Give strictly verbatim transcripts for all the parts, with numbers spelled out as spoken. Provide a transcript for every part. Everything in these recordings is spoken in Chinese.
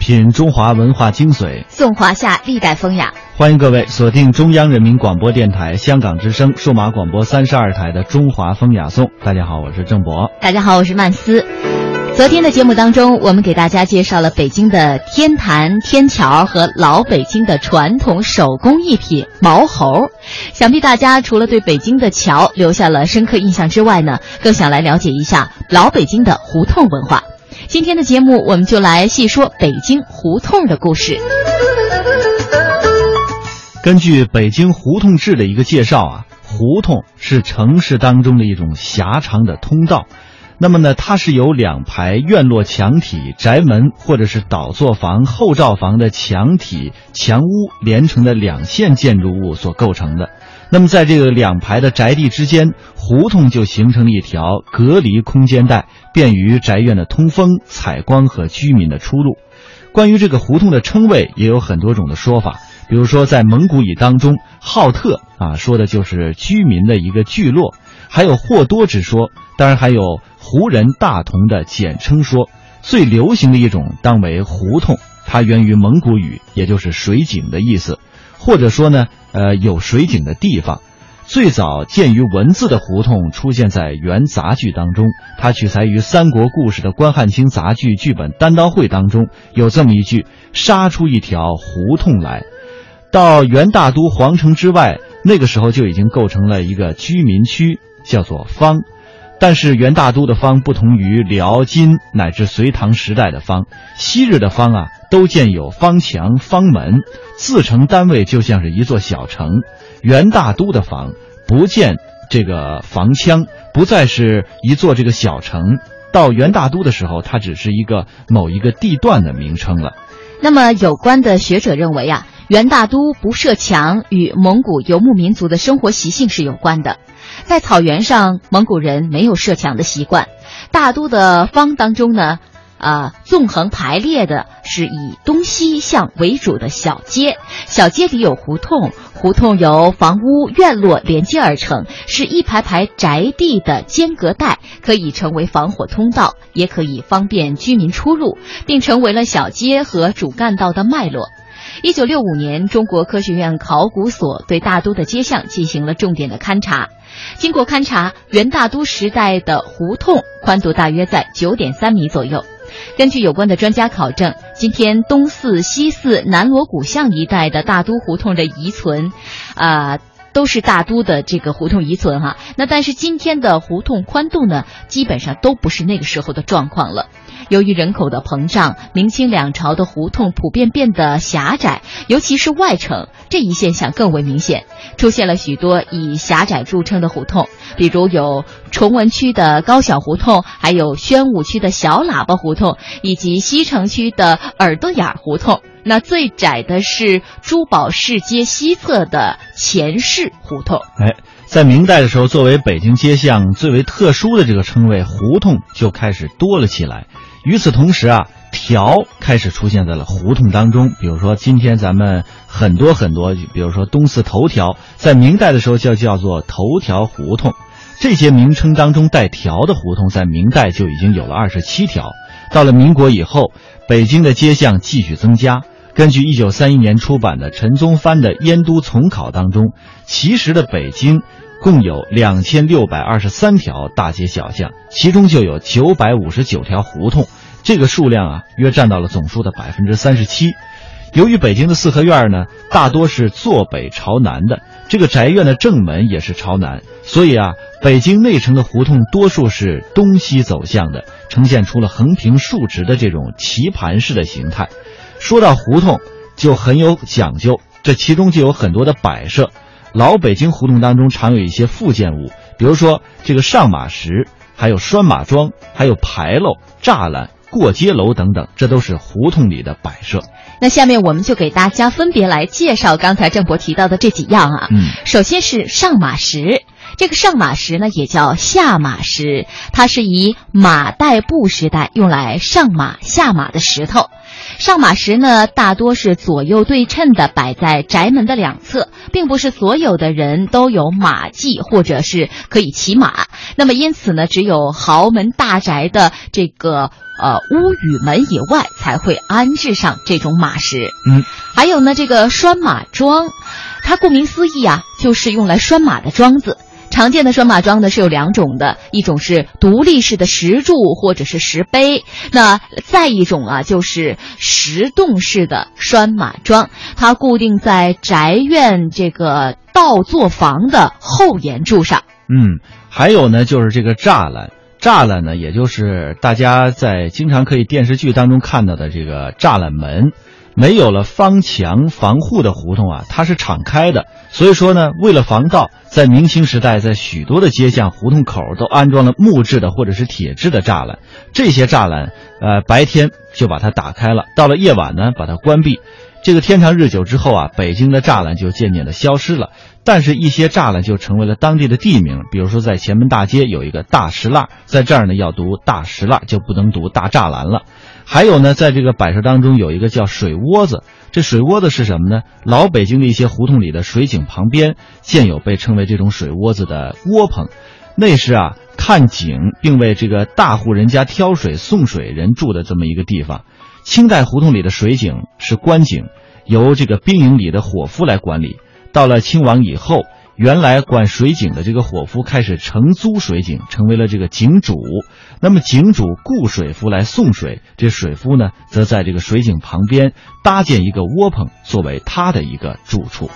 品中华文化精髓， 颂华夏历代风雅。 欢迎各位锁定中央人民广播电台香港之声数码广播三十二台的中华风雅颂。大家好，我是郑博。 大家好，我是曼斯。昨天的节目当中，我们给大家介绍了北京的天坛、天桥和老北京的传统手工艺品毛猴。想必大家除了对北京的桥留下了深刻印象之外呢，更想来了解一下老北京的胡同文化。今天的节目，我们就来细说北京胡同的故事。 根据《北京胡同志》的一个介绍啊，胡同是城市当中的一种狭长的通道。那么呢，它是由两排院落墙体、宅门或者是倒座房、后罩房的墙体、墙屋连成的两线建筑物所构成的。那么在这个两排的宅地之间，胡同就形成了一条隔离空间带，便于宅院的通风、采光和居民的出入。关于这个胡同的称谓也有很多种的说法，比如说在蒙古语当中，浩特啊说的就是居民的一个聚落，还有或多之说，当然还有胡人大同的简称说。最流行的一种当为胡同，它源于蒙古语，也就是水井的意思，或者说呢呃有水井的地方。最早见于文字的胡同出现在元杂剧当中，它取材于三国故事的关汉卿杂剧剧本单刀会当中有这么一句，杀出一条胡同来。到元大都皇城之外，那个时候就已经构成了一个居民区，叫做坊。但是元大都的坊不同于辽金乃至隋唐时代的坊，昔日的坊啊都建有坊墙、坊门，自成单位，就像是一座小城。元大都的坊不见这个房腔，不再是一座这个小城，到元大都的时候，它只是一个某一个地段的名称了。 那么有关的学者认为啊，元大都不设墙与蒙古游牧民族的生活习性是有关的。在草原上，蒙古人没有设墙的习惯。大都的坊当中呢，啊，纵横排列的是以东西向为主的小街，小街里有胡同，胡同由房屋、院落连接而成，是一排排宅地的间隔带，可以成为防火通道，也可以方便居民出入，并成为了小街和主干道的脉络。一九六五年，中国科学院考古所对大都的街巷进行了重点的勘察。经过勘察，元大都时代的胡同宽度大约在 九点三米左右。根据有关的专家考证，今天东四、西四、南锣鼓巷一带的大都胡同的遗存，啊、呃。都是大都的这个胡同遗存哈，那但是今天的胡同宽度呢，基本上都不是那个时候的状况了。由于人口的膨胀，明清两朝的胡同普遍变得狭窄，尤其是外城，这一现象更为明显，出现了许多以狭窄著称的胡同，比如有崇文区的高小胡同，还有宣武区的小喇叭胡同，以及西城区的耳朵眼胡同。那最窄的是珠宝市街西侧的前市胡同。 哎，在明代的时候，作为北京街巷最为特殊的这个称谓，胡同就开始多了起来。与此同时啊，条开始出现在了胡同当中。比如说今天咱们很多很多，比如说东四头条，在明代的时候就叫做头条胡同。这些名称当中带条的胡同，在明代就已经有了二十七条。到了民国以后，北京的街巷继续增加。根据一九三一年出版的陈宗藩的《燕都丛考》当中，其实的北京共有两千六百二十三条大街小巷，其中就有九百五十九条胡同，这个数量啊约占到了总数的 百分之三十七。由于北京的四合院呢大多是坐北朝南的，这个宅院的正门也是朝南，所以啊北京内城的胡同多数是东西走向的，呈现出了横平竖直的这种棋盘式的形态。说到胡同就很有讲究，这其中就有很多的摆设。老北京胡同当中常有一些附件物，比如说这个上马石，还有拴马桩，还有牌楼、栅栏、过街楼等等，这都是胡同里的摆设。 那下面我们就给大家分别来介绍刚才郑博提到的这几样啊。 嗯， 首先是上马石。 这个上马石呢，也叫下马石，它是以马代步时代用来上马下马的石头。上马石呢，大多是左右对称的摆在宅门的两侧，并不是所有的人都有马技或者是可以骑马。那么因此呢，只有豪门大宅的这个呃屋宇门以外才会安置上这种马石。 嗯， 还有呢，这个拴马桩，它顾名思义啊，就是用来拴马的桩子。常见的拴马桩呢是有两种的，一种是独立式的石柱或者是石碑，那再一种啊就是石洞式的拴马桩，它固定在宅院这个倒座房的后檐柱上。 嗯，还有呢就是这个栅栏，栅栏呢也就是大家在经常可以电视剧当中看到的这个栅栏门。没有了方墙防护的胡同啊，它是敞开的，所以说呢，为了防盗，在明清时代，在许多的街巷胡同口都安装了木质的或者是铁质的栅栏。这些栅栏，呃，白天就把它打开了，到了夜晚呢，把它关闭。这个天长日久之后啊，北京的栅栏就渐渐的消失了，但是一些栅栏就成为了当地的地名，比如说在前门大街有一个大石栏，在这儿呢要读大石栏，就不能读大栅栏了。还有呢，在这个摆设当中有一个叫水窝子，这水窝子是什么呢？老北京的一些胡同里的水井旁边建有被称为这种水窝子的窝棚，那是啊看井并为这个大户人家挑水送水人住的这么一个地方。清代胡同里的水井是官井，由这个兵营里的伙夫来管理。到了清王以后，原来管水井的这个伙夫开始承租水井，成为了这个井主。那么井主雇水夫来送水，这水夫呢则在这个水井旁边搭建一个窝棚，作为他的一个住处。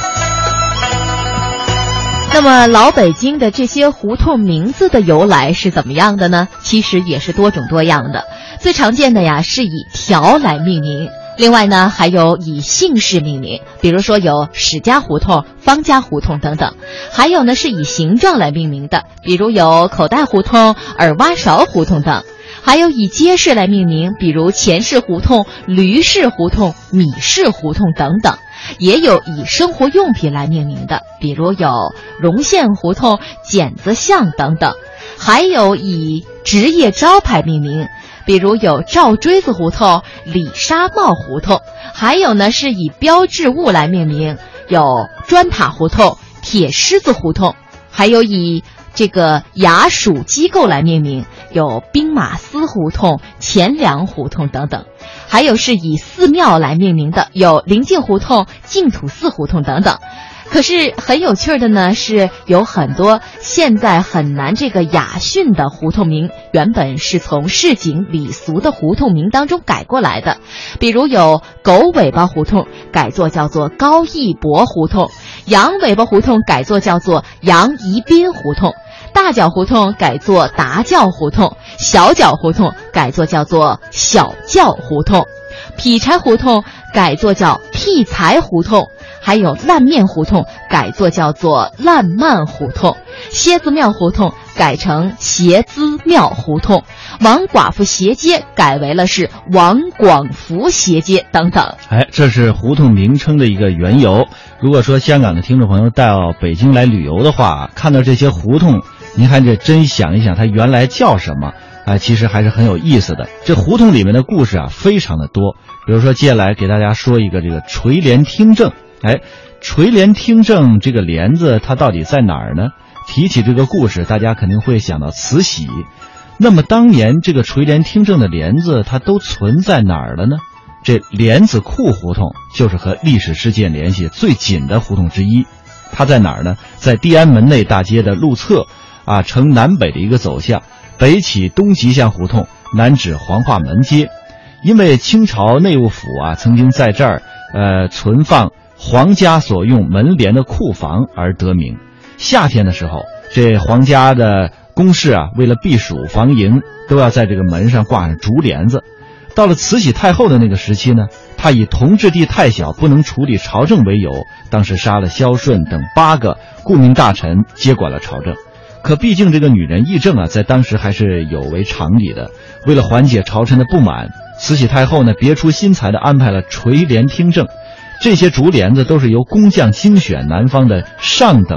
那么老北京的这些胡同名字的由来是怎么样的呢？其实也是多种多样的。最常见的呀是以条来命名，另外呢还有以姓氏命名，比如说有史家胡同、方家胡同等等。还有呢是以形状来命名的，比如有口袋胡同、耳挖勺胡同等。还有以街市来命名，比如钱氏胡同、驴市胡同、米市胡同等等。也有以生活用品来命名的，比如有绒线胡同、剪子巷等等。还有以职业招牌命名，比如有赵锥子胡同、李纱帽胡同。还有呢是以标志物来命名，有砖塔胡同、铁狮子胡同。还有以这个衙署机构来命名，有兵马司胡同、钱粮胡同等等。还有是以寺庙来命名的，有灵境胡同、净土寺胡同等等。可是很有趣的呢，是有很多现在很难这个雅训的胡同名，原本是从市井礼俗的胡同名当中改过来的。比如有狗尾巴胡同改作叫做高义博胡同，羊尾巴胡同改作叫做杨宜宾胡同，大脚胡同改作达教胡同，小脚胡同改作叫做小教胡同，劈柴胡同改作叫劈柴胡同，还有烂面胡同改作叫做烂漫胡同，蝎子庙胡同改成鞋资庙胡同，王寡妇斜街改为了是王广福斜街等等。 哎，这是胡同名称的一个缘由。如果说香港的听众朋友到北京来旅游的话，看到这些胡同，您还得真想一想它原来叫什么啊，其实还是很有意思的。这胡同里面的故事啊非常的多，比如说接下来给大家说一个这个垂帘听政。哎，垂帘听政这个帘子它到底在哪儿呢？提起这个故事，大家肯定会想到慈禧。那么当年这个垂帘听政的帘子它都存在哪儿了呢？这帘子库胡同就是和历史事件联系最紧的胡同之一。它在哪儿呢？在地安门内大街的路侧啊，呈南北的一个走向，北起东吉祥胡同，南指黄化门街。因为清朝内务府啊曾经在这儿呃存放皇家所用门帘的库房而得名。夏天的时候，这皇家的宫室啊为了避暑防营，都要在这个门上挂上竹帘子。到了慈禧太后的那个时期呢，她以同治帝太小不能处理朝政为由，当时杀了萧顺等八个顾命大臣接管了朝政。可毕竟这个女人议政啊在当时还是有违常理的，为了缓解朝臣的不满，慈禧太后呢别出心裁地安排了垂帘听政。这些竹帘子都是由工匠精选南方的上等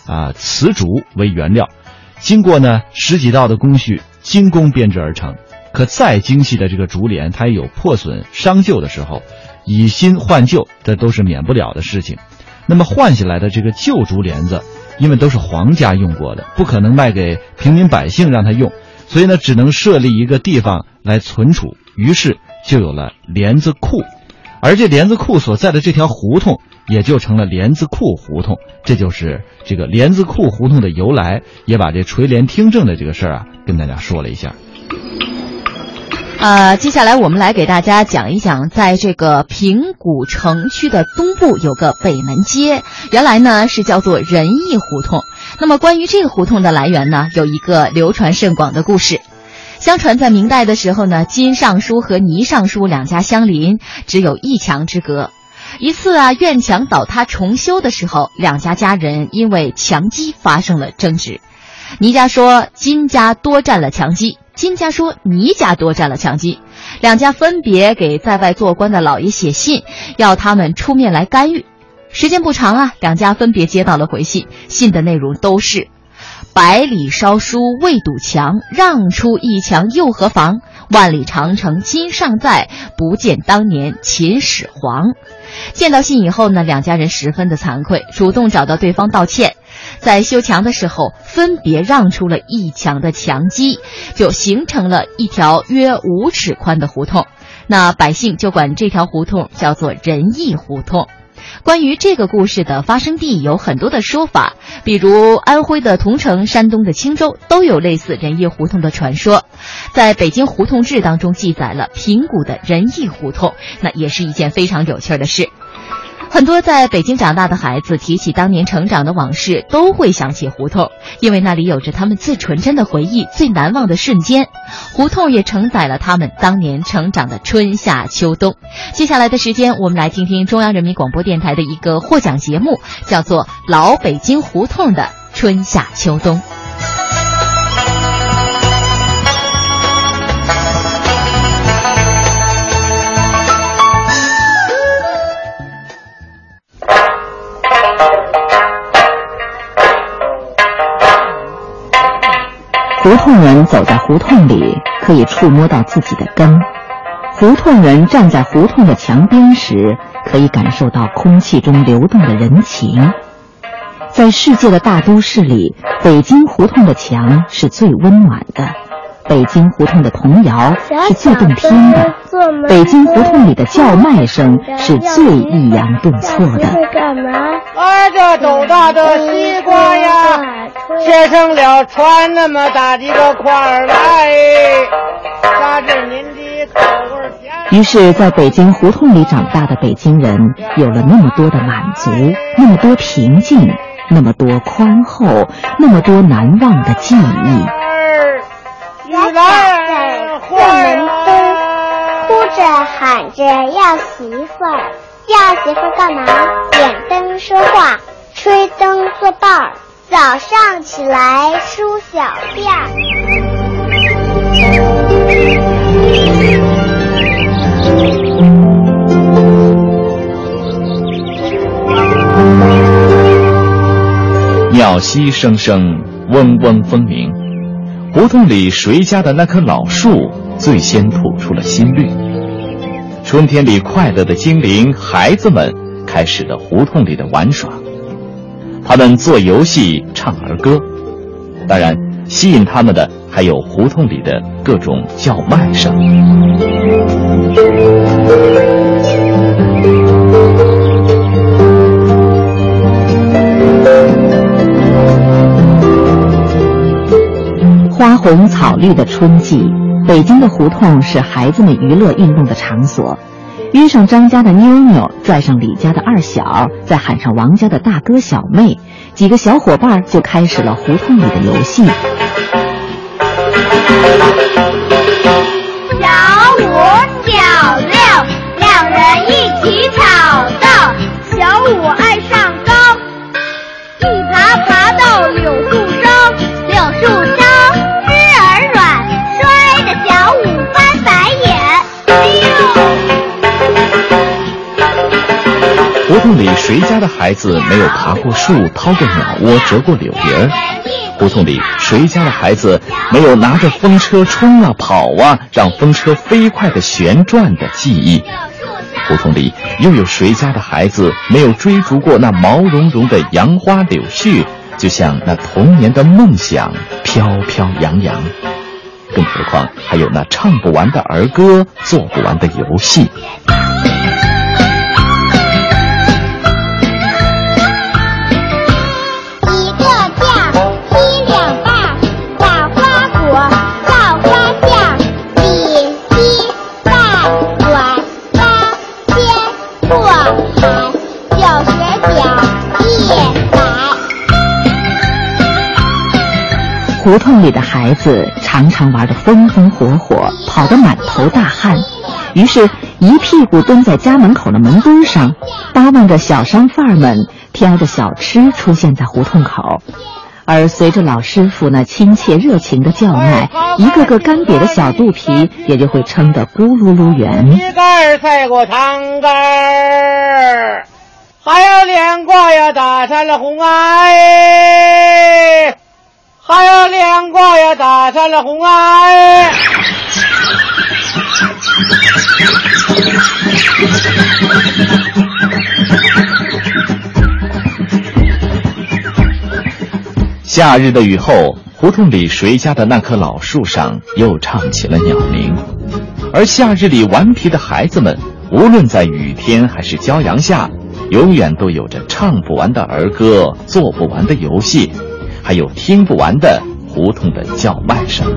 啊瓷竹为原料，经过呢十几道的工序，精工编制而成。可再精细的这个竹帘，它也有破损伤旧的时候，以新换旧，这都是免不了的事情。那么换下来的这个旧竹帘子，因为都是皇家用过的，不可能卖给平民百姓让他用，所以呢，只能设立一个地方来存储，于是就有了帘子库。而这帘子库所在的这条胡同，也就成了帘子库胡同。这就是这个帘子库胡同的由来，也把这垂帘听政的这个事儿啊，跟大家说了一下。 呃，接下来我们来给大家讲一讲，在这个平谷城区的东部有个北门街，原来呢是叫做仁义胡同。那么关于这个胡同的来源呢，有一个流传甚广的故事。相传在明代的时候呢，金尚书和倪尚书两家相邻，只有一墙之隔。一次啊，院墙倒塌重修的时候，两家家人因为墙基发生了争执。倪家说金家多占了墙基，金家说倪家多占了墙基，两家分别给在外做官的老爷写信，要他们出面来干预。时间不长啊，两家分别接到了回信，信的内容都是百里烧书未堵墙，让出一墙又何妨？万里长城今尚在，不见当年秦始皇。见到信以后呢，两家人十分的惭愧，主动找到对方道歉。在修墙的时候，分别让出了一墙的墙基，就形成了一条约五尺宽的胡同。那百姓就管这条胡同叫做仁义胡同。关于这个故事的发生地有很多的说法，比如安徽的桐城、山东的青州都有类似仁义胡同的传说。在北京胡同志当中记载了平谷的仁义胡同，那也是一件非常有趣的事。很多在北京长大的孩子提起当年成长的往事，都会想起胡同，因为那里有着他们最纯真的回忆，最难忘的瞬间。胡同也承载了他们当年成长的春夏秋冬。接下来的时间，我们来听听中央人民广播电台的一个获奖节目，叫做《老北京胡同的春夏秋冬》。 胡同人走在胡同里，可以触摸到自己的根；胡同人站在胡同的墙边时，可以感受到空气中流动的人情。在世界的大都市里，北京胡同的墙是最温暖的，北京胡同的童谣是最动听的，北京胡同里的叫卖声是最抑扬顿挫的。 啊，这斗大的西瓜呀，切成了穿那么大的个块儿来，加之您的口味甜。 于是在北京胡同里长大的北京人，有了那么多的满足，那么多平静，那么多宽厚，那么多难忘的记忆。 玉兰在过门东， 哭着喊着要媳妇儿，要媳妇儿干嘛？点灯说话，吹灯作伴儿，早上起来梳小辫儿。 鸟息声声，嗡嗡蜂鸣。胡同里谁家的那棵老树最先吐出了新绿。春天里快乐的精灵孩子们开始了胡同里的玩耍，他们做游戏唱儿歌，当然吸引他们的还有胡同里的各种叫卖声。 花红草绿的春季，北京的胡同是孩子们娱乐运动的场所。约上张家的妞妞，拽上李家的二小，再喊上王家的大哥小妹，几个小伙伴就开始了胡同里的游戏。 小五小六，两人一起挑逗，小五爱上高，一爬爬到柳树梢，柳树梢枝儿软，摔得小五翻白眼。哎呦！ 胡同里谁家的孩子没有爬过树、掏过鸟窝、折过柳叶儿？胡同里谁家的孩子没有拿着风车冲啊跑啊，让风车飞快地旋转的记忆？胡同里又有谁家的孩子没有追逐过那毛茸茸的杨花柳絮，就像那童年的梦想飘飘扬扬？更何况还有那唱不完的儿歌，做不完的游戏。 胡同里的孩子常常玩得风风火火，跑得满头大汗，于是一屁股蹲在家门口的门墩上，巴望着小商贩们挑着小吃出现在胡同口。而随着老师傅那亲切热情的叫卖，一个个干瘪的小肚皮也就会撑得咕噜噜圆。 一杆赛过汤杆儿，还有连挂呀打上了红哎，还有连挂呀打上了红哎。 夏日的雨后，胡同里谁家的那棵老树上又唱起了鸟鸣。而夏日里顽皮的孩子们，无论在雨天还是骄阳下，永远都有着唱不完的儿歌，做不完的游戏，还有听不完的胡同的叫卖声。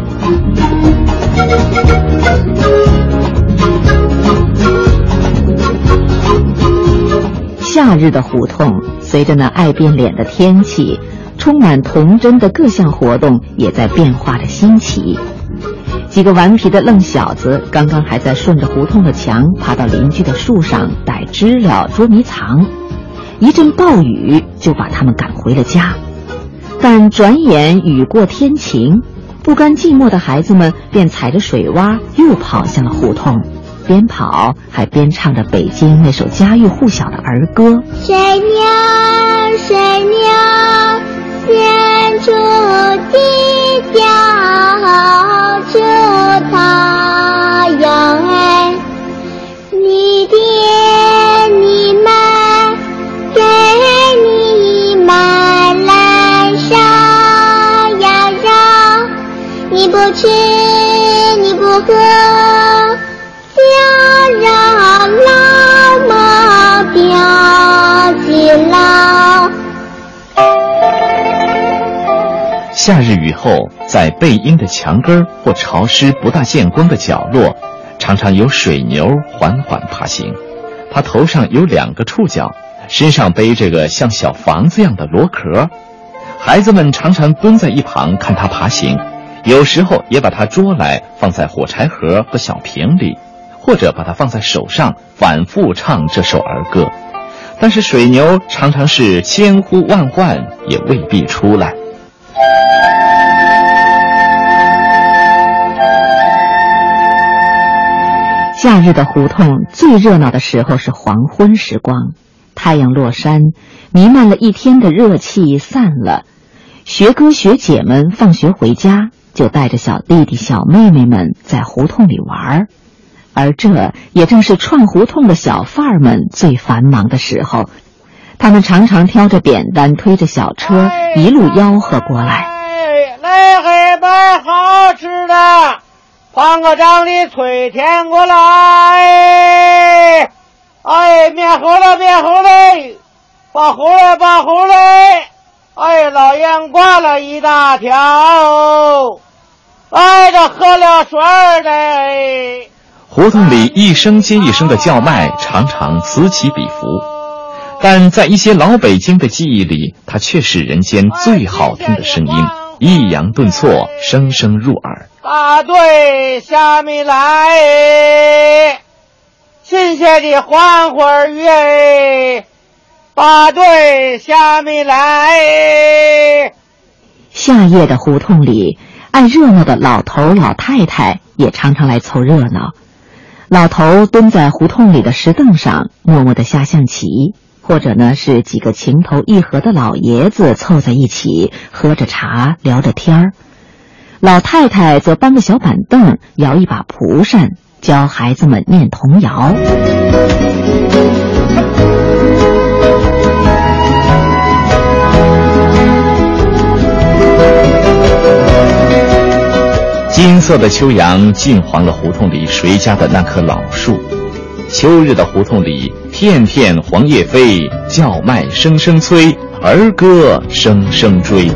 夏日的胡同，随着那爱变脸的天气，充满童真的各项活动也在变化着兴起。几个顽皮的愣小子刚刚还在顺着胡同的墙爬到邻居的树上逮知了捉迷藏，一阵暴雨就把他们赶回了家。但转眼雨过天晴，不甘寂寞的孩子们便踩着水洼又跑向了胡同，边跑还边唱着北京那首家喻户晓的儿歌。 水鸟水鸟现出犄角出太阳哎，你爹你妈给你买来烧呀烧，你不吃你不喝，就让老妈吊起牢。 夏日雨后，在背阴的墙根或潮湿不大见光的角落，常常有水牛缓缓爬行。它头上有两个触角，身上背着个像小房子样的螺壳。孩子们常常蹲在一旁看它爬行，有时候也把它捉来放在火柴盒和小瓶里，或者把它放在手上反复唱这首儿歌。但是水牛常常是千呼万唤也未必出来。 夏日的胡同最热闹的时候是黄昏时光，太阳落山，弥漫了一天的热气散了，学哥学姐们放学回家就带着小弟弟小妹妹们在胡同里玩，而这也正是串胡同的小贩儿们最繁忙的时候。他们常常挑着扁担，推着小车，一路吆喝过来。 来黑白好吃的，放个张里催甜过来。哎，面糊了面糊嘞，把糊嘞把糊嘞。哎，老烟挂了一大条，哎，这喝了水儿的。 胡同里一声接一声的叫卖，常常此起彼伏。但在一些老北京的记忆里，它却是人间最好听的声音，抑扬顿挫，声声入耳。 大队下面来，亲切的欢呼儿乐，大队下面来。 夏夜的胡同里，爱热闹的老头老太太也常常来凑热闹。老头蹲在胡同里的石凳上，默默地下象棋， 或者呢是几个情投意合的老爷子凑在一起喝着茶聊着天儿，老太太则搬个小板凳，摇一把蒲扇，教孩子们念童谣。 金色的秋阳浸黄了胡同里谁家的那棵老树，秋日的胡同里，片片黄叶飞，叫卖声声催，儿歌声声追。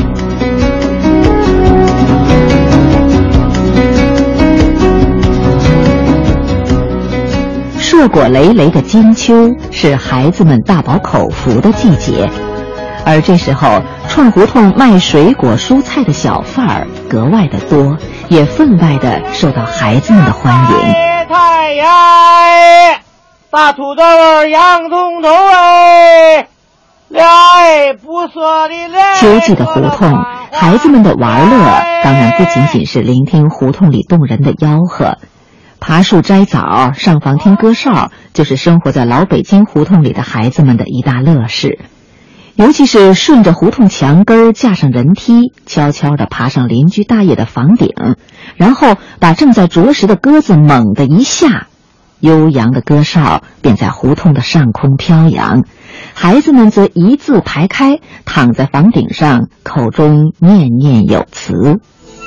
硕果累累的金秋是孩子们大饱口福的季节，而这时候串胡同卖水果蔬菜的小贩儿格外的多，也分外的受到孩子们的欢迎。 太阳大土豆儿洋葱头哎，来不说的来。 秋季的胡同，孩子们的玩乐当然不仅仅是聆听胡同里动人的吆喝，爬树摘枣、上房听歌哨，就是生活在老北京胡同里的孩子们的一大乐事。尤其是顺着胡同墙根架上人梯，悄悄地爬上邻居大爷的房顶，然后把正在啄食的鸽子猛地一下，悠扬的歌哨便在胡同的上空飘扬，孩子们则一字排开，躺在房顶上，口中念念有词。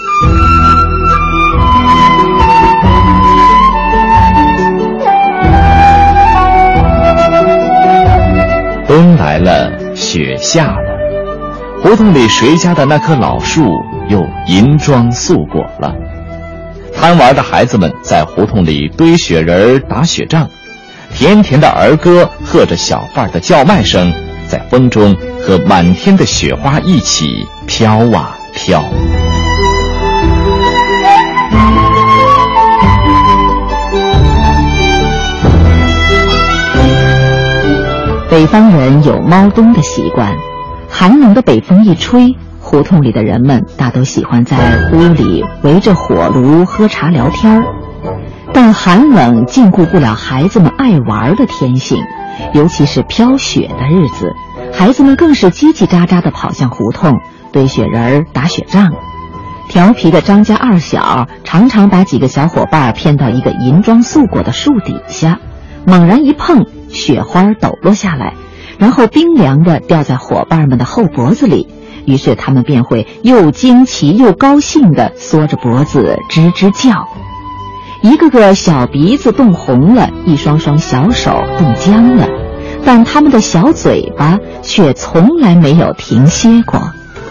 冬来了，雪下了，胡同里谁家的那棵老树又银装素裹了。贪玩的孩子们在胡同里堆雪人打雪仗，甜甜的儿歌和着小贩的叫卖声，在风中和满天的雪花一起飘啊飘。 北方人有猫冬的习惯，寒冷的北风一吹，胡同里的人们大都喜欢在屋里围着火炉喝茶聊天。但寒冷禁锢不了孩子们爱玩的天性，尤其是飘雪的日子，孩子们更是叽叽喳喳地跑向胡同，堆雪人打雪仗。调皮的张家二小常常把几个小伙伴骗到一个银装素裹的树底下，猛然一碰，雪花抖落下来，然后冰凉地掉在伙伴们的后脖子里，于是他们便会又惊奇又高兴地缩着脖子吱吱叫，一个个小鼻子冻红了，一双双小手冻僵了，但他们的小嘴巴却从来没有停歇过。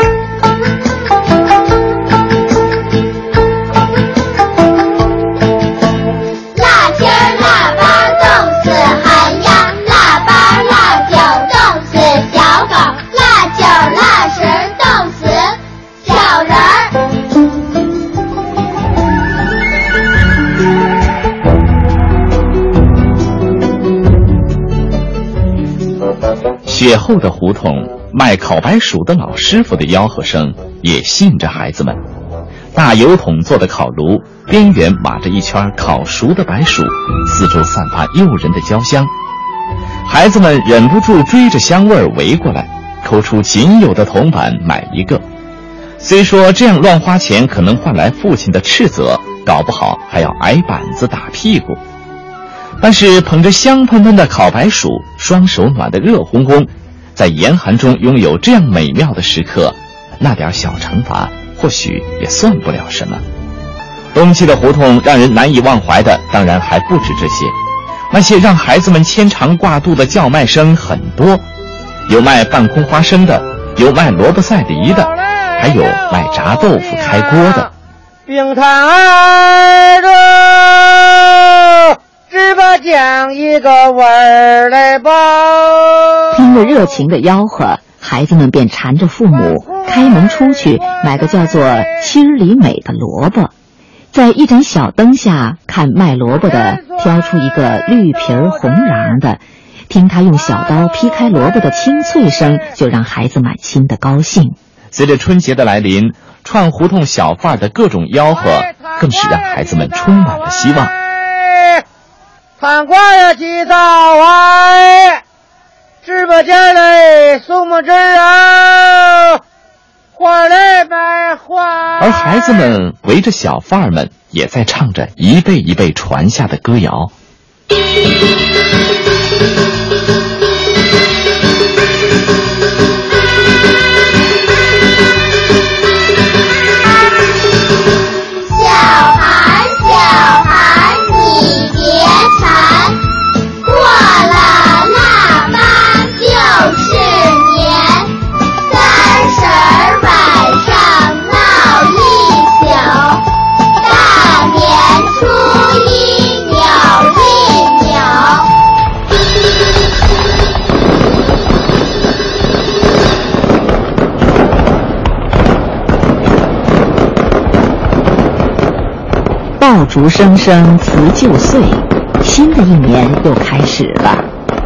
雪后的胡同，卖烤白薯的老师傅的吆喝声也吸引着孩子们。大油桶做的烤炉，边缘码着一圈烤熟的白薯，四周散发诱人的焦香。孩子们忍不住追着香味儿围过来，抠出仅有的铜板买一个。虽说这样乱花钱可能换来父亲的斥责，搞不好还要挨板子打屁股，但是捧着香喷喷的烤白薯，双手暖得热烘烘，在严寒中拥有这样美妙的时刻，那点小惩罚或许也算不了什么。冬季的胡同让人难以忘怀的当然还不止这些，那些让孩子们牵肠挂肚的叫卖声很多，有卖半空花生的，有卖萝卜赛梨的，还有卖炸豆腐开锅的。 冰糖儿的只把讲一个味儿来报。 听了热情的吆喝，孩子们便缠着父母开门出去买个叫做七里美的萝卜，在一盏小灯下看卖萝卜的挑出一个绿皮儿红瓤的，听他用小刀劈开萝卜的清脆声，就让孩子满心的高兴。 随着春节的来临，串胡同小贩的各种吆喝更是让孩子们充满了希望。 看瓜呀，起早哎， 芝麻尖嘞，松木枝啊，花嘞买花。 而孩子们围着小贩儿们，也在唱着一辈一辈传下的歌谣。 爆竹声声辞旧岁，新的一年又开始了。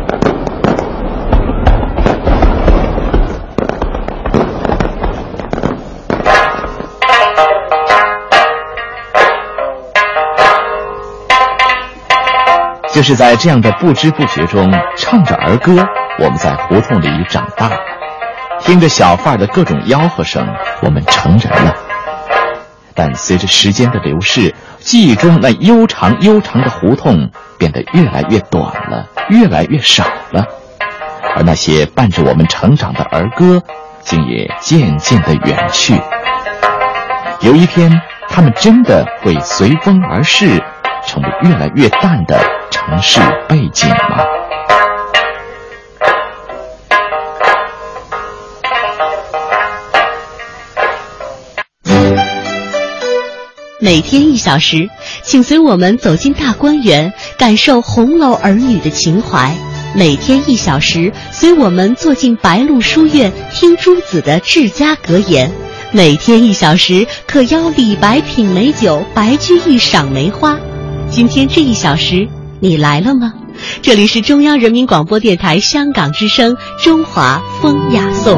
就是在这样的不知不觉中，唱着儿歌，我们在胡同里长大，听着小贩的各种吆喝声，我们成人了。但随着时间的流逝，记忆中那悠长悠长的胡同变得越来越短了，越来越少了，而那些伴着我们成长的儿歌，竟也渐渐地远去。有一天，它们真的会随风而逝，成为越来越淡的城市背景吗？ 每天一小时，请随我们走进大观园，感受红楼儿女的情怀。每天一小时，随我们坐进白鹿书院，听诸子的治家格言。每天一小时，可邀李白品美酒，白居易赏梅花。今天这一小时，你来了吗？这里是中央人民广播电台香港之声中华风雅颂。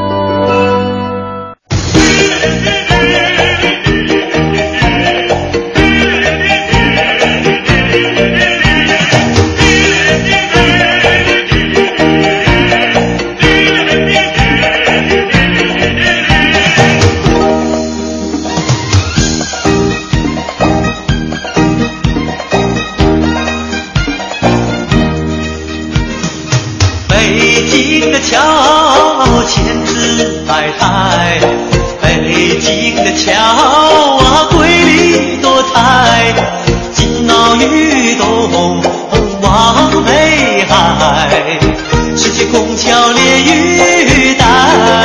桥千姿百态，北京的桥啊瑰丽多彩，金鳌玉洞望北海，世界拱桥连玉带，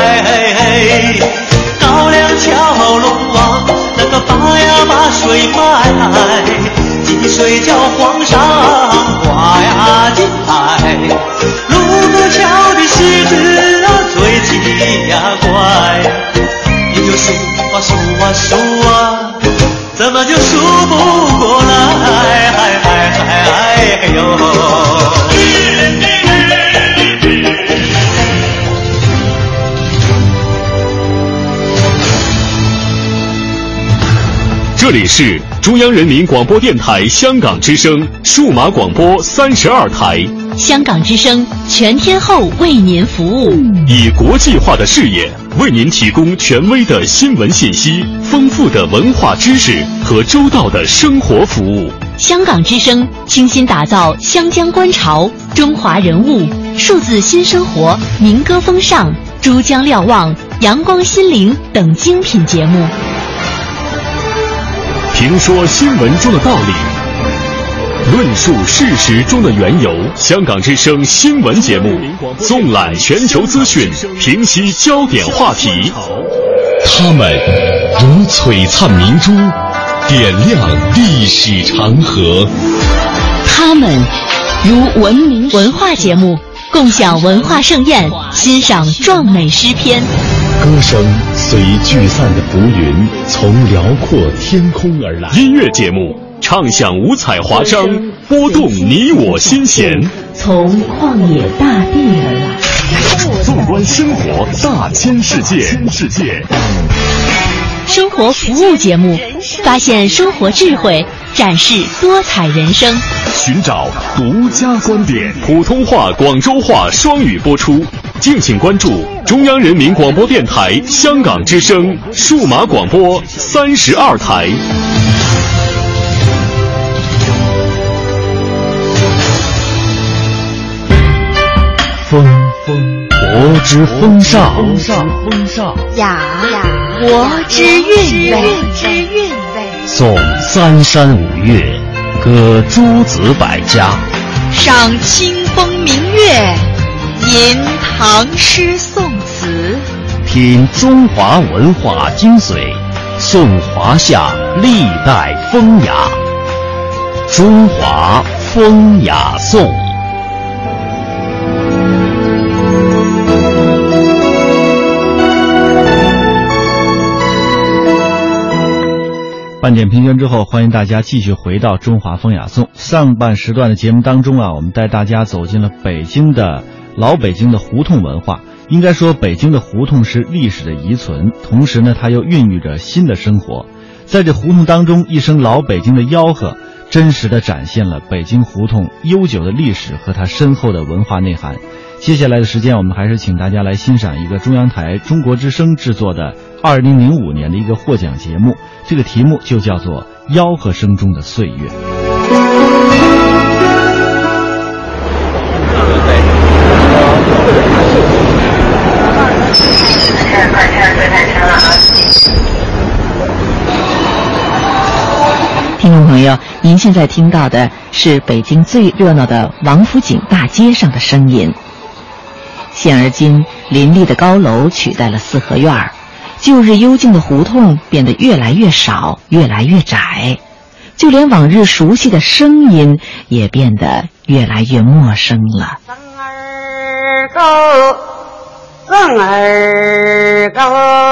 高粱桥龙王那个把呀把水卖，金水叫皇上挂呀金牌，卢沟桥的狮子啊最奇呀怪，你就数啊数啊数啊，怎么就数不过来？哎哎哎哎呦！ 这里是中央人民广播电台香港之声数码广播三十二台。 香港之声全天候为您服务， 以国际化的视野为您提供权威的新闻信息、丰富的文化知识和周到的生活服务。 香港之声倾心打造湘江观潮、中华人物、数字新生活、民歌风尚、珠江瞭望、阳光心灵等精品节目， 评说新闻中的道理，论述事实中的缘由。香港之声新闻节目纵览全球资讯，平息焦点话题。 他们如璀璨明珠，点亮历史长河。 他们如文明文化节目，共享文化盛宴，欣赏壮美诗篇。 歌声随聚散的浮云，从辽阔天空而来。 音乐节目唱响五彩华章，拨动你我心弦。 从旷野大地而来， 纵观生活大千世界。世界生活服务节目，发现生活智慧，展示多彩人生。 寻找独家观点，普通话、广州话双语播出。敬请关注中央人民广播电台香港之声数码广播三十二台。 风风国之风尚，风尚雅国之韵味，之韵味。 颂三山五岳，歌诸子百家， 赏清风明月，吟唐诗宋词， 品中华文化精髓，颂华夏历代风雅。中华风雅颂。半点评圈之后，欢迎大家继续回到中华风雅颂。上半时段的节目当中啊，我们带大家走进了北京的老北京的胡同文化。应该说，北京的胡同是历史的遗存，同时呢，它又孕育着新的生活。在这胡同当中，一声老北京的吆喝，真实的展现了北京胡同悠久的历史和它深厚的文化内涵。接下来的时间，我们还是请大家来欣赏一个中央台中国之声制作的二零零五年的一个获奖节目，这个题目就叫做《吆喝声中的岁月》。 听众朋友，您现在听到的是北京最热闹的王府井大街上的声音。现而今，林立的高楼取代了四合院儿，旧日幽静的胡同变得越来越少，越来越窄，就连往日熟悉的声音也变得越来越陌生了。 增儿高，增儿高，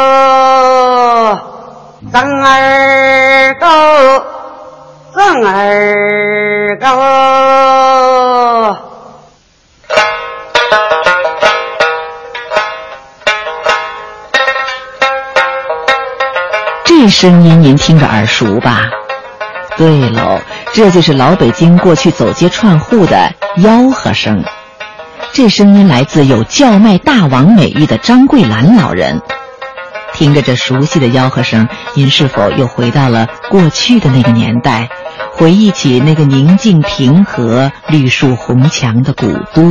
增儿高，增儿高。 这声音您听着耳熟吧？对喽，这就是老北京过去走街串户的吆喝声。这声音来自有叫卖大王美誉的张桂兰老人。听着这熟悉的吆喝声，您是否又回到了过去的那个年代，回忆起那个宁静平和、绿树红墙的古都？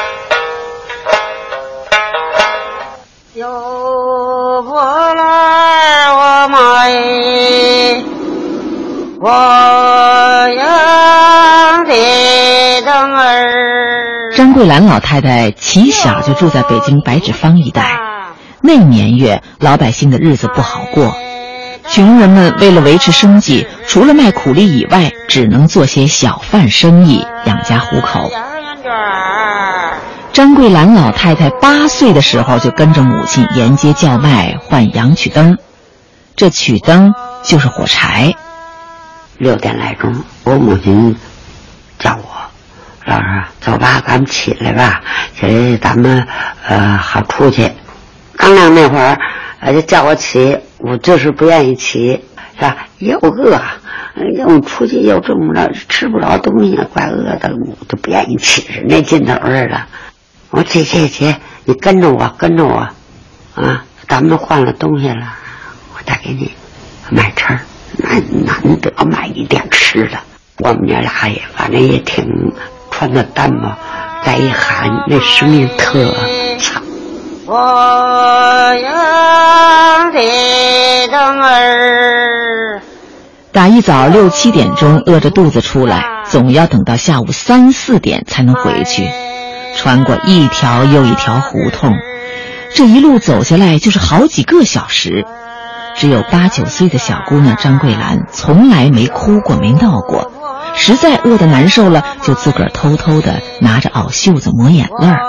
有不来我买，我养的灯儿。 张桂兰老太太起小就住在北京白纸坊一带，那年月老百姓的日子不好过，穷人们为了维持生计，除了卖苦力以外，只能做些小贩生意养家糊口。张桂兰老太太八岁的时候就跟着母亲沿街叫卖换洋曲灯，这曲灯就是火柴。 六点来钟，我母亲叫我，老师走吧，咱们起来吧，起来咱们呃好出去。刚亮那会儿，呃就叫我起，我就是不愿意起，是吧？又饿，又出去又这么着吃不着东西，怪饿的，我就不愿意起，是那劲头似的。我起起起，你跟着我，跟着我，啊，咱们换了东西了，我再给你买吃儿，难难得买一点吃的。我们这俩也反正也挺穿的单嘛，再一喊那声音特长。 我养的灯儿。 打一早六七点钟饿着肚子出来，总要等到下午三四点才能回去，穿过一条又一条胡同，这一路走下来就是好几个小时。只有八九岁的小姑娘张桂兰从来没哭过没闹过，实在饿得难受了，就自个儿偷偷的拿着袄袖子抹眼泪儿。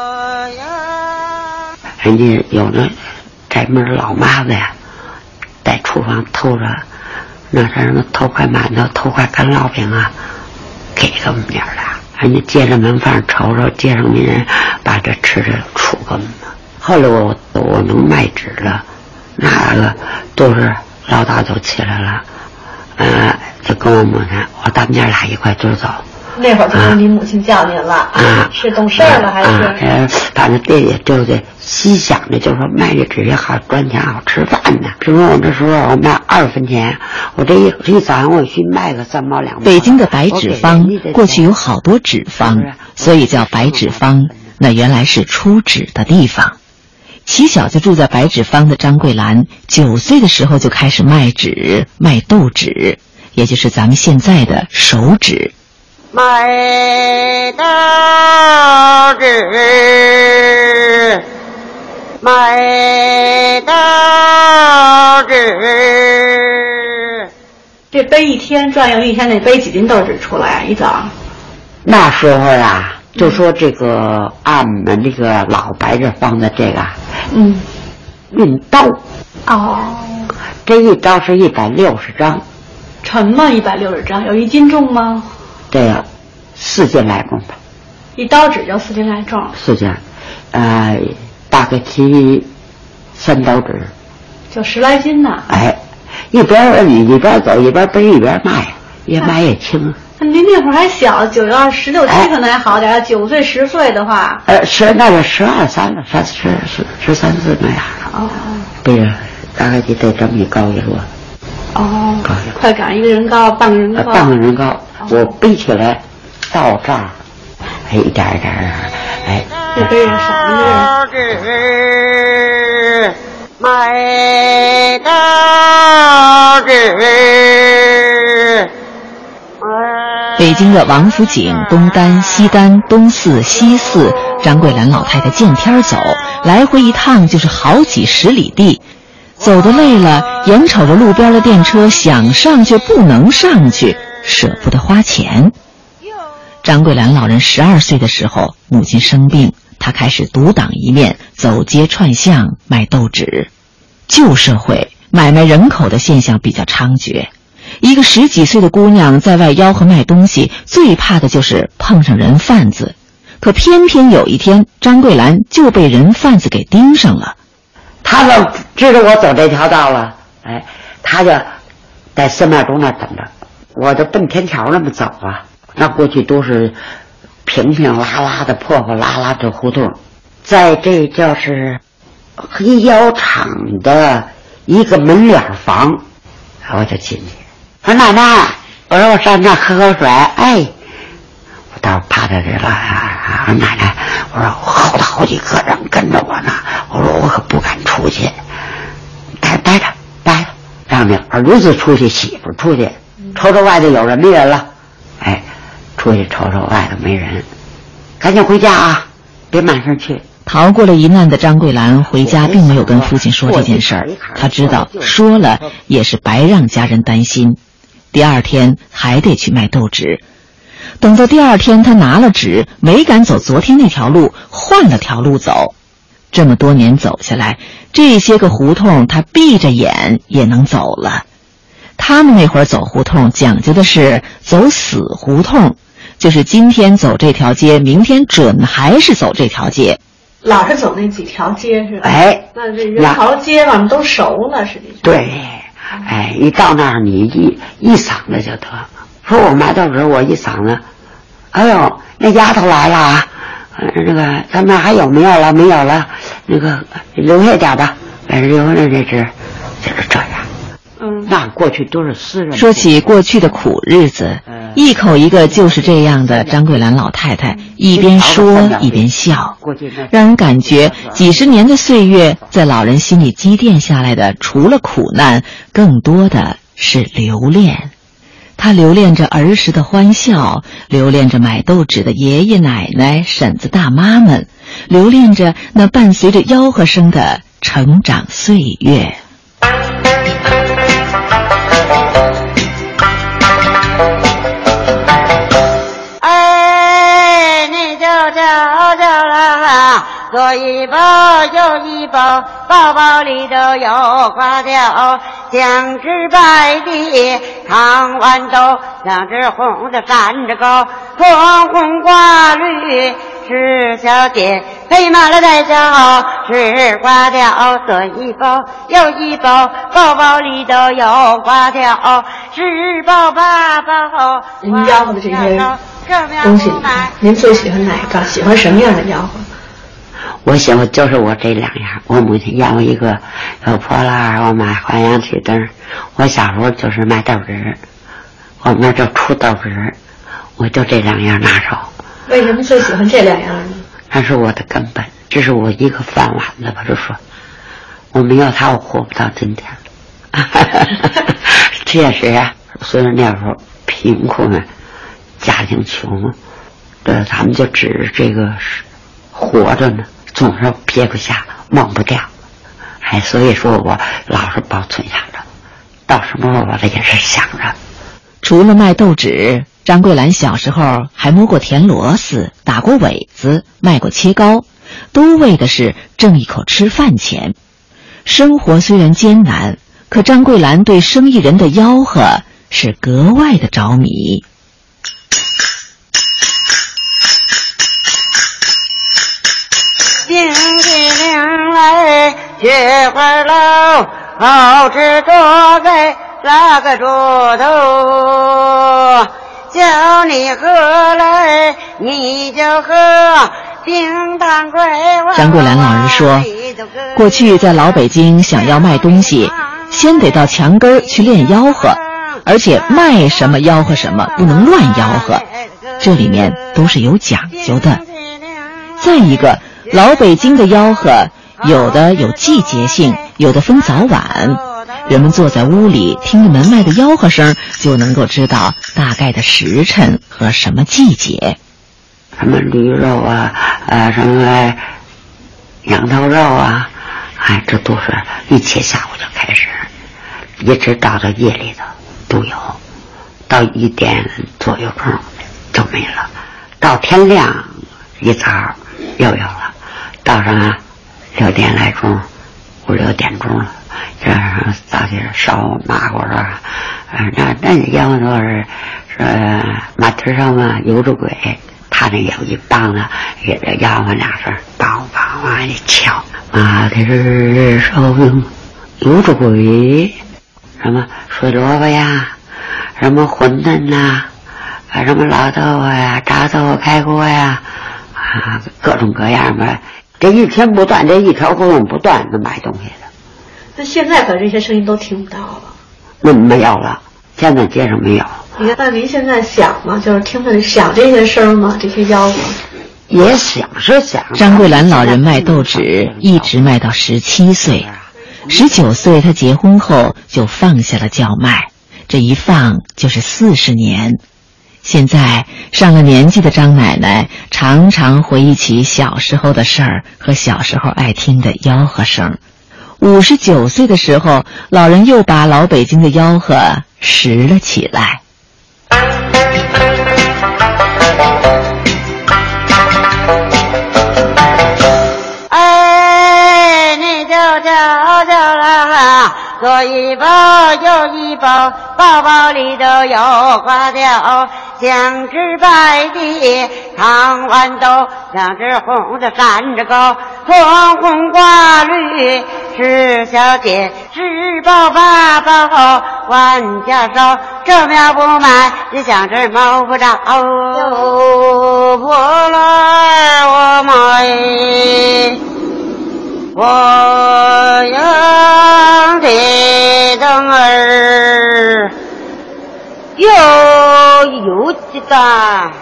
人家有那宅门老妈子呀，在厨房偷着那是什么偷块馒头偷块干烙饼啊，给我们点儿的。人家街上门缝瞅瞅街上民人把这吃的出给我们。后来我我能卖纸了，那个都是老大就起来了，呃，就跟我母亲，我咱们家俩一块追走， 那会儿就跟你母亲教您了，啊、是懂事儿了还是？ 啊啊、反正这也就是细想的，就说卖这纸也好赚钱好吃饭呢。比如说我那时候我卖二分钱，我这一一早上我去卖个三毛两毛。 北京的白纸坊过去有好多纸坊，所以叫白纸坊。那原来是出纸的地方。起小就住在白纸坊的张桂兰，九岁的时候就开始卖纸，卖豆纸，也就是咱们现在的手纸。 卖豆纸，卖豆纸。 这背一天转悠一天，得背几斤豆纸出来一早？ 那时候啊。就说这个俺们这个老白纸坊的这个， 嗯， 运刀， 哦， 这一刀是一百六十张， 沉吗？一百六十张，有一斤重吗？ 这个四斤来重吧， 一刀纸就四斤来重， 四斤，呃，大概提三刀纸， 就十来斤呢。 哎，一边一边走一边背一边卖，越卖越轻。 您那会儿还小，九要十六七可能还好点，哎、九岁十岁的话， 呃，十那个十二三了，十十十十三四那样。 哦， 背着大概就得这么一高一摞。 哦， 高一快赶一个人高，半个人高。 呃、半个人高，哦、我背起来到这儿，哎，一点一点一点，哎， 这背着少一个人。卖豆纸。 北京的王府井、东单、西单、东四、西四，张桂兰老太太见天走，来回一趟就是好几十里地，走得累了，眼瞅着路边的电车，想上却不能上去，舍不得花钱。张桂兰老人十二岁的时候，母亲生病，她开始独当一面，走街串巷卖豆纸。旧社会买卖人口的现象比较猖獗。一个十几岁的姑娘在外吆喝卖东西，最怕的就是碰上人贩子。可偏偏有一天，张桂兰就被人贩子给盯上了。 他们知道我走这条道了，哎，他就在寺庙中那等着，我就奔天桥那么走啊。那过去都是平平拉拉的、破破拉拉的胡同，在这就是黑窑厂的一个门脸房，我就进去。我说奶奶，我说我上那喝口水。哎，我倒是趴在这了啊！我说奶奶，我说后头好几个人跟着我呢，我说我可不敢出去。待待着，待着，让那儿子出去，媳妇出去，瞅瞅外头有人没人了。哎，出去瞅瞅外头没人，赶紧回家啊，别满身去。 逃过了一难的张桂兰回家并没有跟父亲说这件事儿，她知道说了也是白让家人担心。第二天还得去卖豆纸，等到第二天她拿了纸，没敢走昨天那条路，换了条路走。这么多年走下来，这些个胡同她闭着眼也能走了。他们那会儿走胡同讲究的是走死胡同，就是今天走这条街，明天准还是走这条街。 老是走那几条街是吧？ 哎， 那这人潮街嘛都熟了，实际上。 对，哎，一到那儿你一一嗓子就得。说我卖豆纸，我一嗓子，哎呦，那丫头来了啊！呃，那个咱们还有没有了？没有了，那个留下点吧，哎，留下这纸，就是这样。 嗯， 那过去都是私人。 说起过去的苦日子，一口一个就是这样的张桂兰老太太，一边说一边笑，让人感觉几十年的岁月在老人心里积淀下来的，除了苦难，更多的是留恋。她留恋着儿时的欢笑，留恋着买豆纸的爷爷奶奶、婶子大妈们，留恋着那伴随着吆喝声的成长岁月。 哎，你就叫叫了，左一包右一包，包包里头有花条，像只白的糖豌豆，像只红的山楂糕，红红挂绿是小姐，配满了带小是花条，左一包右一包，包包里头有花条，十包八包。 您吆喝的这些东西里面，您最喜欢哪个？喜欢什么样的吆喝？ 我喜欢就是我这两样。我母亲养我一个有破烂，我买花洋气灯。我小时候就是卖豆纸，我们那就出豆纸，我就这两样拿手。 为什么最喜欢这两样呢？ 那是我的根本，这是我一个饭碗的吧。就说我没有它，我活不到今天了。确实啊，虽然那时候贫困，家庭穷，这他们就指着这个活着呢，总是撇不下，忘不掉。哎，所以说我老是保存下着，到什么时候我也是想着。 除了卖豆纸，张桂兰小时候还摸过田螺丝，打过苇子，卖过切糕，都为的是挣一口吃饭钱。生活虽然艰难，可张桂兰对生意人的吆喝是格外的着迷。 叮叮铃来，雪花楼，好吃多在那个桌头，叫你喝来你就喝，冰糖桂花。 张桂兰老人说，过去在老北京想要卖东西，先得到墙根儿去练吆喝，而且卖什么吆喝什么，不能乱吆喝，这里面都是有讲究的。再一个，老北京的吆喝有的有季节性，有的分早晚，人们坐在屋里听着门外的吆喝声，就能够知道大概的时辰和什么季节。 什么驴肉啊，呃，什么羊头肉啊，哎，这都是一切下午就开始，一直到到夜里头都有，到一点左右钟就没了，到天亮一早又有了，到上六点来钟，五六点钟了，这早些烧麻花啊，呃，那那吆喝都是说马蹄上嘛游着鬼。他那有一棒子，也这吆喝两声，梆梆往一敲，马蹄上游着鬼，什么水萝卜呀，什么馄饨呐，啊，什么老豆腐呀，炸豆腐开锅呀，啊，各种各样吧。这一天不断，这一条胡同不断的买东西的。 那现在可这些声音都听不到了。 那没有了，现在街上没有。 你看，那您现在想吗？就是听着想这些声吗？这些吆喝也想是想。 张桂兰老人卖豆纸，一直卖到十七岁。十九岁，她结婚后就放下了叫卖，这一放就是四十年。现在上了年纪的张奶奶常常回忆起小时候的事儿和小时候爱听的吆喝声。五十九岁的时候，老人又把老北京的吆喝拾了起来。 哎，你就叫叫啦，左一包右一包，包包里头有花条，像只白的糖豌豆，像只红的山楂糕，红红挂绿是小姐，十包八包万家烧，这苗不卖也像只猫不着，有我来我买我养的灯儿又有几担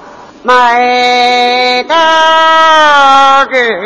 买到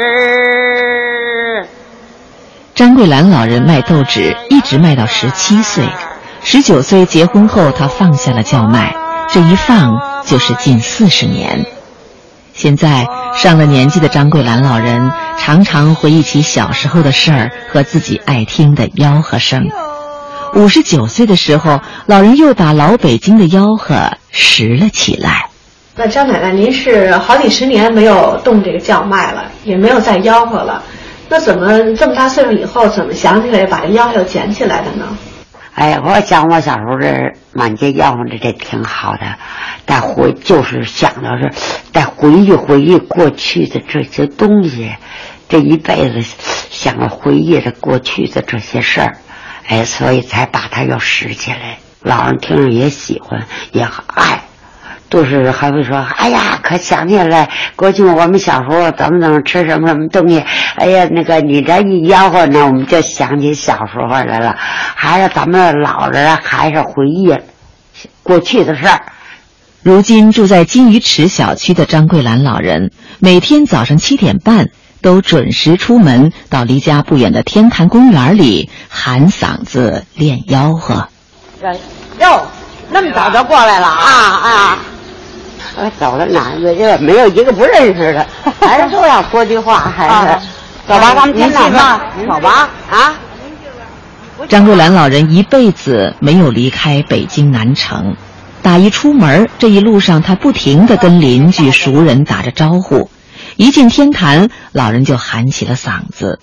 纸。 张桂兰老人卖豆纸一直卖到十七岁，十九岁结婚后，她放下了叫卖，这一放就是近四十年。现在上了年纪的张桂兰老人常常回忆起小时候的事儿和自己爱听的吆喝声。五十九岁的时候，老人又把老北京的吆喝拾了起来。 那张奶奶，您是好几十年没有动这个叫卖了，也没有再吆喝了，那怎么这么大岁数以后，怎么想起来把这吆喝又捡起来的呢？ 哎，我想我小时候这满街吆喝的这挺好的，但回就是想到是得回忆回忆过去的这些东西，这一辈子想着回忆着过去的这些事儿，哎，所以才把它又拾起来。老人听着也喜欢也爱， 都是还会说，哎呀，可想起来过去我们小时候怎么怎么吃什么什么东西，哎呀，那个你这一吆喝呢，我们就想起小时候来了，还是咱们老人还是回忆过去的事儿。 如今住在金鱼池小区的张桂兰老人，每天早上七点半都准时出门，到离家不远的天坛公园里喊嗓子练吆喝。 哟，那么早就过来了啊啊！我走了哪个没有一个不认识的，还是都要说句话，还是、啊、走吧，咱们天坛吧，走吧啊！ 张桂兰老人一辈子没有离开北京南城，打一出门，这一路上他不停地跟邻居熟人打着招呼，一进天坛，老人就喊起了嗓子。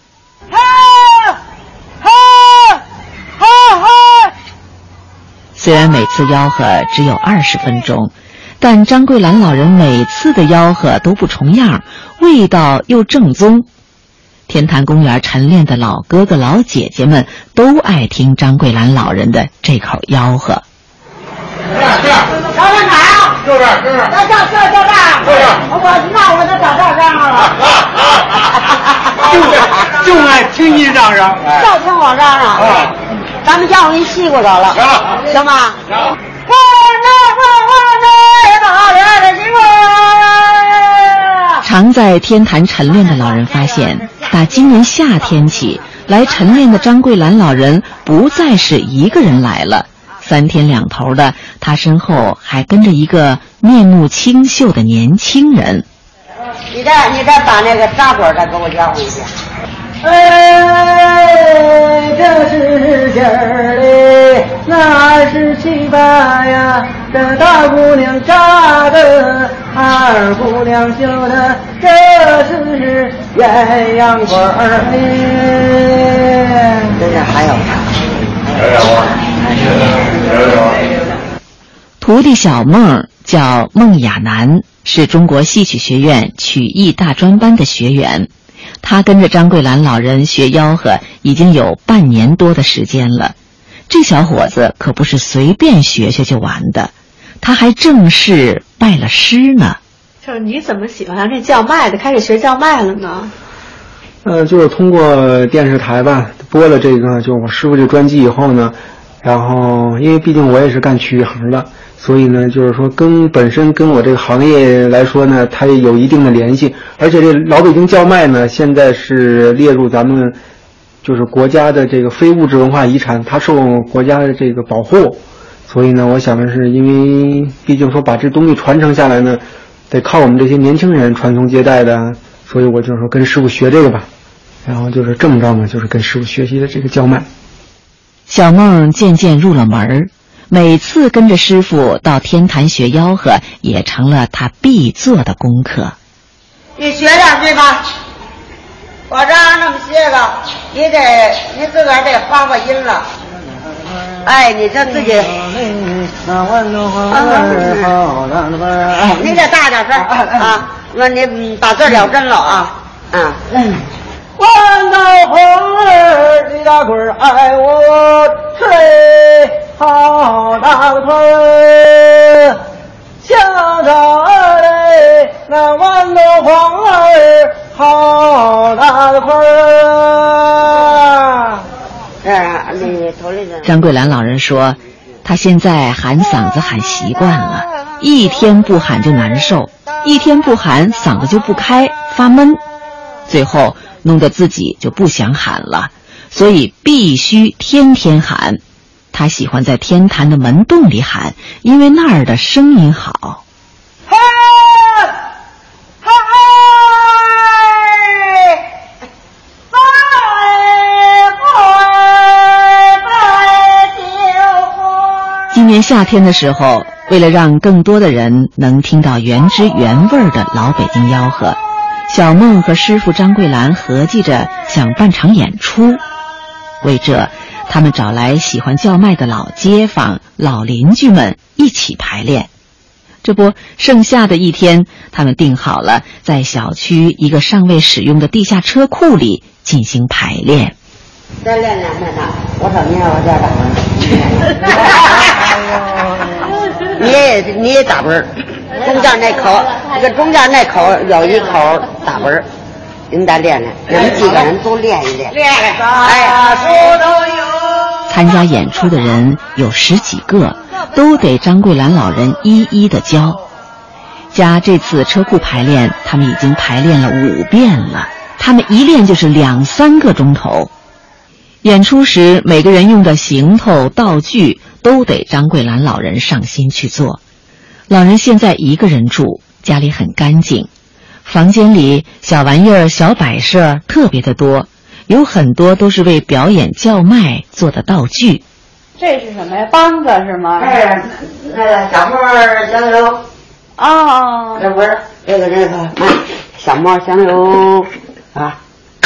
虽然每次吆喝只有二十分钟，但张桂兰老人每次的吆喝都不重样，味道又正宗。天坛公园晨练的老哥哥老姐姐们都爱听张桂兰老人的这口吆喝。 是是，找到哪啊？就是就是。到这这这这。就是。我那我就找这嚷嚷了。就就爱听你嚷嚷， 就听我嚷嚷。啊。咱们叫人西瓜得了。行了。行吧。行。我那我我那大人的西瓜。 常在天坛晨练的老人发现，打今年夏天起，来晨练的张桂兰老人不再是一个人来了。三天两头的，他身后还跟着一个面目清秀的年轻人。 你再你再把那个扎果再给我要回去。 哎，这是今儿的那是七八呀，这大姑娘扎的，二姑娘绣的，这是鸳鸯果儿呢。 这是还有还有啊。 徒弟小孟叫孟亚楠，是中国戏曲学院曲艺大专班的学员。他跟着张桂兰老人学吆喝已经有半年多的时间了。这小伙子可不是随便学学就完的，他还正式拜了师呢。 就是你怎么喜欢上这叫卖的，开始学叫卖了呢？ 呃，就是通过电视台吧播了这个就我师傅这专辑以后呢，然后因为毕竟我也是干曲艺行的，所以呢就是说跟本身跟我这个行业来说呢，它也有一定的联系。而且这老北京叫卖呢，现在是列入咱们就是国家的这个非物质文化遗产，它受国家的这个保护。所以呢我想的是，因为毕竟说把这东西传承下来呢，得靠我们这些年轻人传宗接代的，所以我就说跟师傅学这个吧。然后就是这么着呢，就是跟师傅学习的这个叫卖。 小孟渐渐入了门，每次跟着师傅到天坛学吆喝，也成了他必做的功课。 你学两句吧，我这样那么些个，你得你自个儿得发发音了。哎，你这自己，你得大点声啊！那你把字了真了啊！啊，嗯。 弯道红儿，李大棍儿爱我吹，好大的腿儿，向着儿嘞，那弯道红儿，好大的腿儿。 张桂兰老人说，他现在喊嗓子喊习惯了，一天不喊就难受，一天不喊嗓子就不开，发闷，最后弄得自己就不想喊了，所以必须天天喊。他喜欢在天坛的门洞里喊，因为那儿的声音好。今年夏天的时候，为了让更多的人能听到原汁原味的老北京吆喝，小孟和师傅张桂兰合计着想办场演出。为这，他们找来喜欢叫卖的老街坊、老邻居们一起排练。这不，盛夏的一天，他们定好了在小区一个尚未使用的地下车库里进行排练。 再练两天呢，我瞅你我这打分，你也你也打分。 中间那口，这个中间那口有一口打纹儿，您再练练，你们几个人都练一练。练练，哎， 参加演出的人有十几个，都给张桂兰老人一一的教。加这次车库排练，他们已经排练了五遍了。他们一练就是两三个钟头。演出时，每个人用的行头、道具都得张桂兰老人上心去做。老人现在一个人住，家里很干净，房间里小玩意儿、小摆设特别的多，有很多都是为表演叫卖做的道具。 这是什么呀？梆子是吗？ 哎，那个小沫香油。 哦， 这不是这个这个卖小沫香油啊，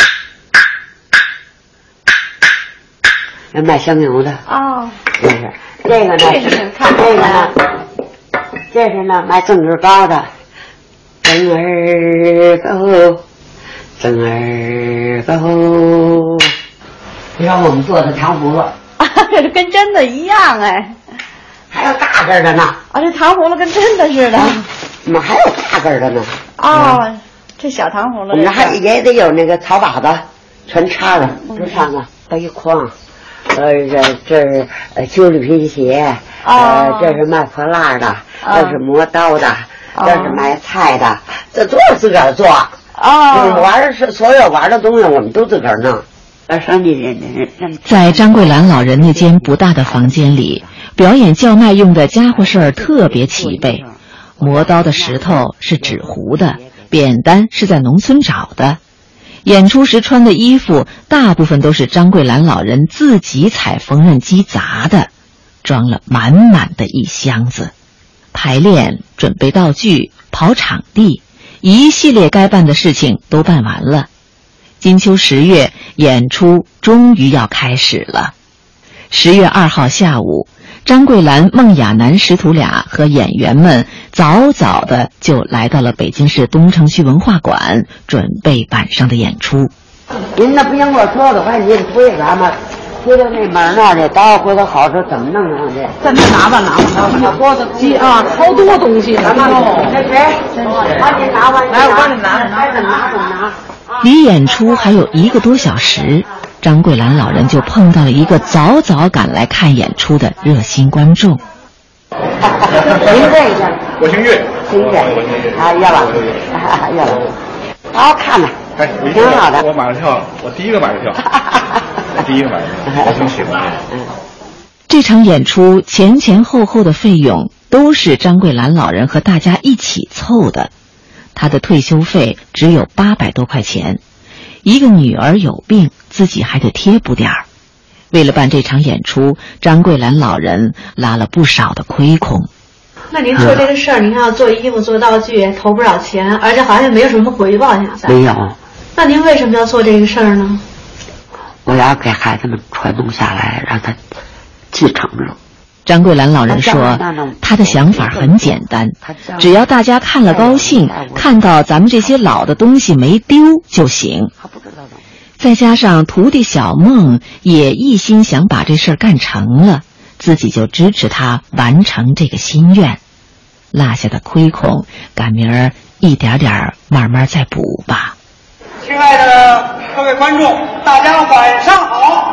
那卖香油的哦， 这是这个呢， 这是看这个呢，这是呢卖粽子糕的，粽儿糕，粽儿糕，你看我们做的糖葫芦， 啊，这是跟真的一样哎。 还有大个的呢！ 啊，这糖葫芦跟真的似的。 怎么还有大个的呢？ 哦，嗯、这小糖葫芦。 我们还也得有那个草把子，全插上，这上啊，背筐，呃，这这是呃修理皮鞋， 哦、 呃，这是卖破烂的， 哦、 这是磨刀的， 哦、 这是卖菜的，这都是自个儿做。 哦， 玩是所有玩的东西，我们都自个儿弄。 在张桂兰老人那间不大的房间里，表演叫卖用的家伙事儿特别齐备。磨刀的石头是纸糊的，扁担是在农村找的。演出时穿的衣服大部分都是张桂兰老人自己踩缝纫机砸的，装了满满的一箱子。排练、准备道具、跑场地，一系列该办的事情都办完了。金秋十月，演出终于要开始了。十月二号下午，张桂兰、孟亚楠师徒俩和演员们早早的就来到了北京市东城区文化馆，准备晚上的演出。 您那不行，我说的话，您推咱们推到那门那里，待会儿回头好说怎么弄上去。 咱们拿吧，拿吧，拿吧，好多的东西啊，好多东西呢。 那谁？真是。把你拿吧， 来，我帮你拿， 拿怎么拿怎么拿。 离演出还有一个多小时，张桂兰老人就碰到了一个早早赶来看演出的热心观众。 您这个， 我姓岳， 姓岳，啊，岳老，岳老，好好看吧， 哎， 挺好的。 我买了票，我第一个买的票，我第一个买的票，我挺喜欢的。 这场演出前前后后的费用都是张桂兰老人和大家一起凑的。他的退休费只有八百多块钱，一个女儿有病，自己还得贴补点儿。为了办这场演出，张桂兰老人拉了不少的亏空。 那您做这个事儿，您看要做衣服、做道具，投不少钱，而且好像没有什么回报，现在没有。 那您为什么要做这个事儿呢？ 我要给孩子们传承下来，让他继承着。 张桂兰老人说，他的想法很简单，只要大家看了高兴，看到咱们这些老的东西没丢就行。再加上徒弟小孟也一心想把这事儿干成了，自己就支持他完成这个心愿。落下的亏空，赶明儿一点点慢慢再补吧。 亲爱的各位观众，大家晚上好。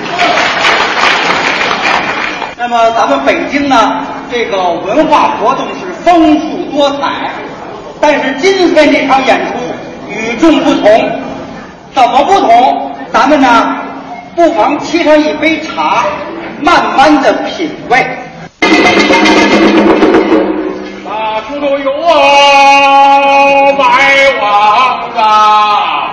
那么咱们北京呢，这个文化活动是丰富多彩，但是今天这场演出与众不同。怎么不同？咱们呢，不妨沏上一杯茶，慢慢的品味。 大树头有啊，麦王啊，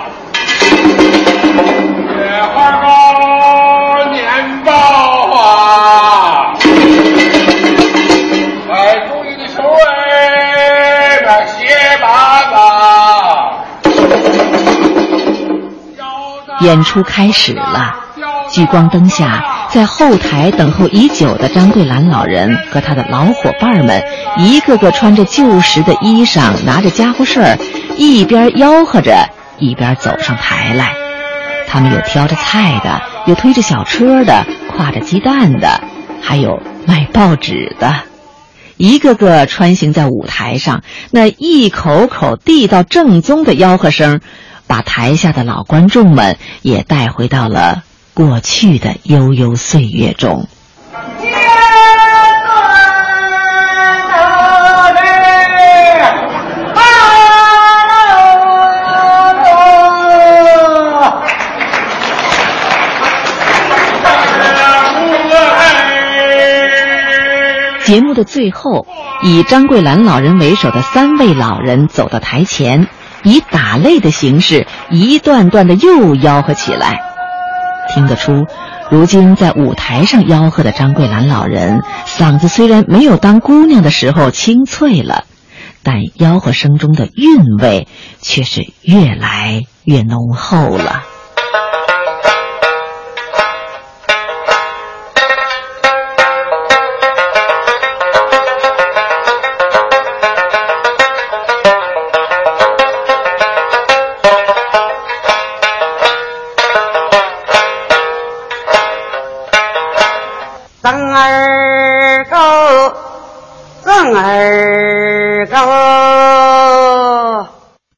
雪花糕，年糕啊，买注意的手哎，买鞋拔子。 演出开始了，聚光灯下，在后台等候已久的张桂兰老人和他的老伙伴们，一个个穿着旧时的衣裳，拿着家伙事儿，一边吆喝着，一边走上台来。他们有挑着菜的，有推着小车的，挎着鸡蛋的，还有卖报纸的。 一个个穿行在舞台上，那一口口地道正宗的吆喝声，把台下的老观众们也带回到了过去的悠悠岁月中。节目的最后，以张桂兰老人为首的三位老人走到台前，以打擂的形式一段段的又吆喝起来。听得出，如今在舞台上吆喝的张桂兰老人，嗓子虽然没有当姑娘的时候清脆了，但吆喝声中的韵味却是越来越浓厚了。 三儿